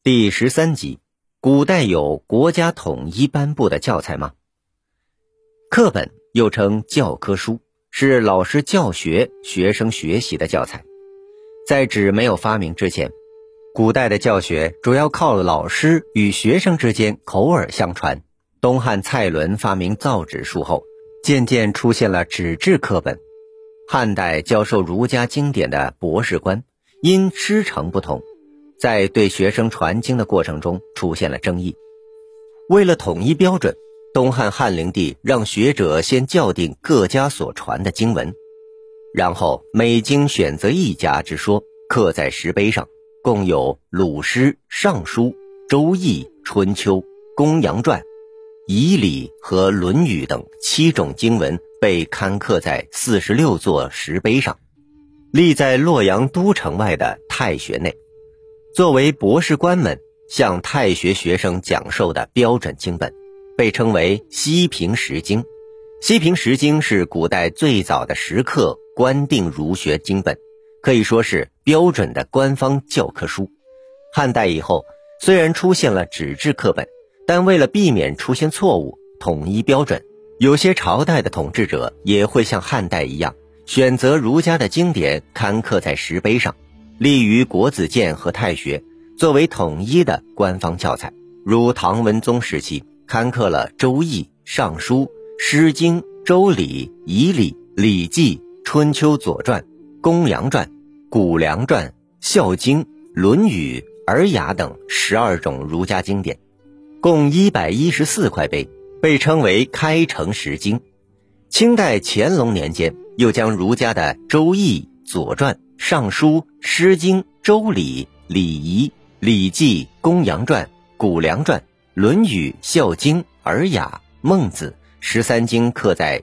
第13集，古代有国家统一颁布的教材吗？课本又称教科书，是老师教学、学生学习的教材。在纸没有发明之前，古代的教学主要靠老师与学生之间口耳相传。东汉蔡伦发明造纸术后，渐渐出现了纸质课本。汉代教授儒家经典的博士官，因师承不同，在对学生传经的过程中出现了争议。为了统一标准，东汉汉灵帝让学者先校订各家所传的经文，然后每经选择一家之说，刻在石碑上，共有鲁诗、尚书、周易、春秋、公羊传、仪礼和论语等7种经文被刊刻在46座石碑上，立在洛阳都城外的太学内，作为博士官们向太学学生讲授的标准经本，被称为西平石经。西平石经是古代最早的石刻官定儒学经本，可以说是标准的官方教科书。汉代以后，虽然出现了纸质课本，但为了避免出现错误，统一标准，有些朝代的统治者也会像汉代一样，选择儒家的经典刊刻在石碑上，立于国子监和太学，作为统一的官方教材。如唐文宗时期刊刻了周易、尚书、诗经、周礼、仪礼、礼记、春秋左传、公羊传、谷梁传、孝经、论语、尔雅等12种儒家经典，共114块碑，被称为开成石经。清代乾隆年间又将儒家的周易、左传、尚书、诗经、周礼、礼仪、礼记、公羊传、谷梁传、论语、孝经、尔雅、孟子13经刻在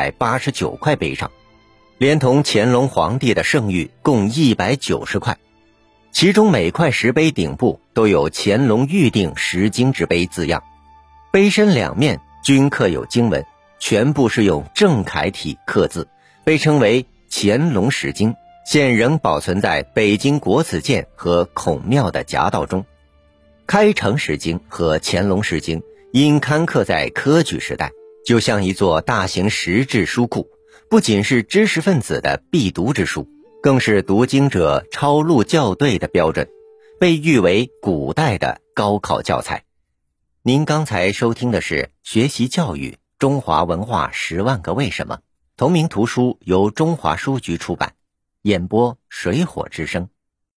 189块碑上，连同乾隆皇帝的圣谕共190块，其中每块石碑顶部都有乾隆御定石经之碑字样，碑身两面均刻有经文，全部是用正楷体刻字，被称为乾隆石经，现仍保存在北京国子监和孔庙的夹道中。开成石经和乾隆石经因刊刻在科举时代，就像一座大型石质书库，不仅是知识分子的必读之书，更是读经者抄录校对的标准，被誉为古代的高考教材。您刚才收听的是学习教育中华文化10万个为什么，同名图书由中华书局出版，演播水火之声。